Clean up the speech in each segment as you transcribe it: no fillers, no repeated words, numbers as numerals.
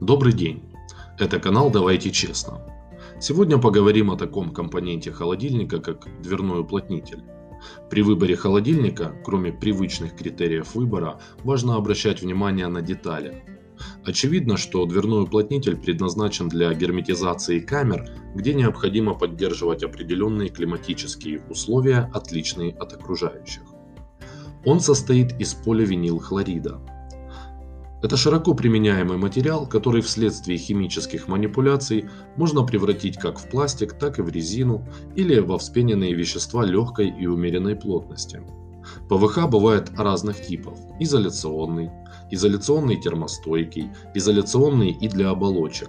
Добрый день! Это канал «Давайте честно». Сегодня поговорим о таком компоненте холодильника, как дверной уплотнитель. При выборе холодильника, кроме привычных критериев выбора, важно обращать внимание на детали. Очевидно, что дверной уплотнитель предназначен для герметизации камер, где необходимо поддерживать определенные климатические условия, отличные от окружающих. Он состоит из поливинилхлорида. Это широко применяемый материал, который вследствие химических манипуляций можно превратить как в пластик, так и в резину или во вспененные вещества легкой и умеренной плотности. ПВХ бывает разных типов: изоляционный, изоляционный термостойкий, изоляционный и для оболочек.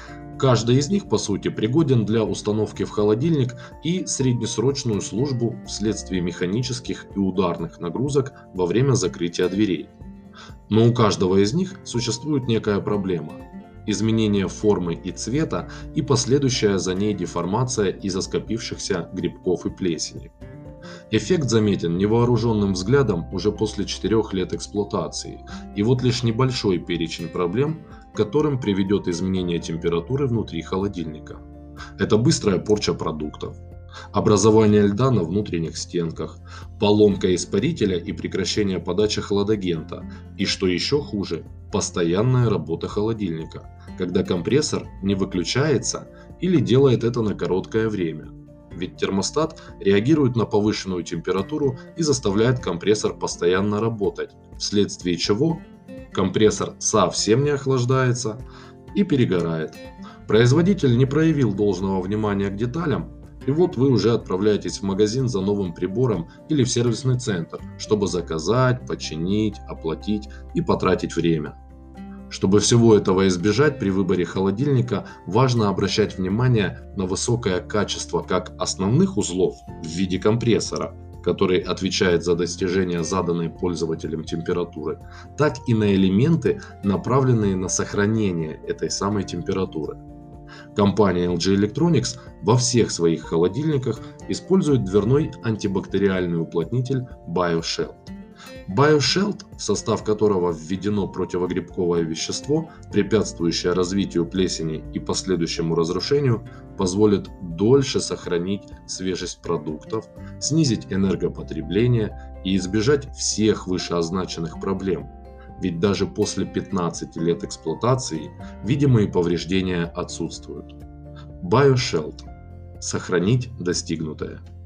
Каждый из них по сути пригоден для установки в холодильник и среднесрочную службу вследствие механических и ударных нагрузок во время закрытия дверей. Но у каждого из них существует некая проблема: изменение формы и цвета и последующая за ней деформация из-за скопившихся грибков и плесени. Эффект заметен невооруженным взглядом уже после 4 лет эксплуатации, и вот лишь небольшой перечень проблем, к которым приведет изменение температуры внутри холодильника. Это быстрая порча продуктов, образование льда на внутренних стенках, поломка испарителя и прекращение подачи хладагента, и что еще хуже, постоянная работа холодильника, когда компрессор не выключается или делает это на короткое время. Ведь термостат реагирует на повышенную температуру и заставляет компрессор постоянно работать, вследствие чего компрессор совсем не охлаждается и перегорает. Производитель не проявил должного внимания к деталям, и вот вы уже отправляетесь в магазин за новым прибором или в сервисный центр, чтобы заказать, починить, оплатить и потратить время. Чтобы всего этого избежать, при выборе холодильника важно обращать внимание на высокое качество как основных узлов в виде компрессора, который отвечает за достижение заданной пользователем температуры, так и на элементы, направленные на сохранение этой самой температуры. Компания LG Electronics во всех своих холодильниках использует дверной антибактериальный уплотнитель BioShield. BioShield, в состав которого введено противогрибковое вещество, препятствующее развитию плесени и последующему разрушению, позволит дольше сохранить свежесть продуктов, снизить энергопотребление и избежать всех вышеозначенных проблем. Ведь даже после 15 лет эксплуатации видимые повреждения отсутствуют. BioShield. Сохранить достигнутое.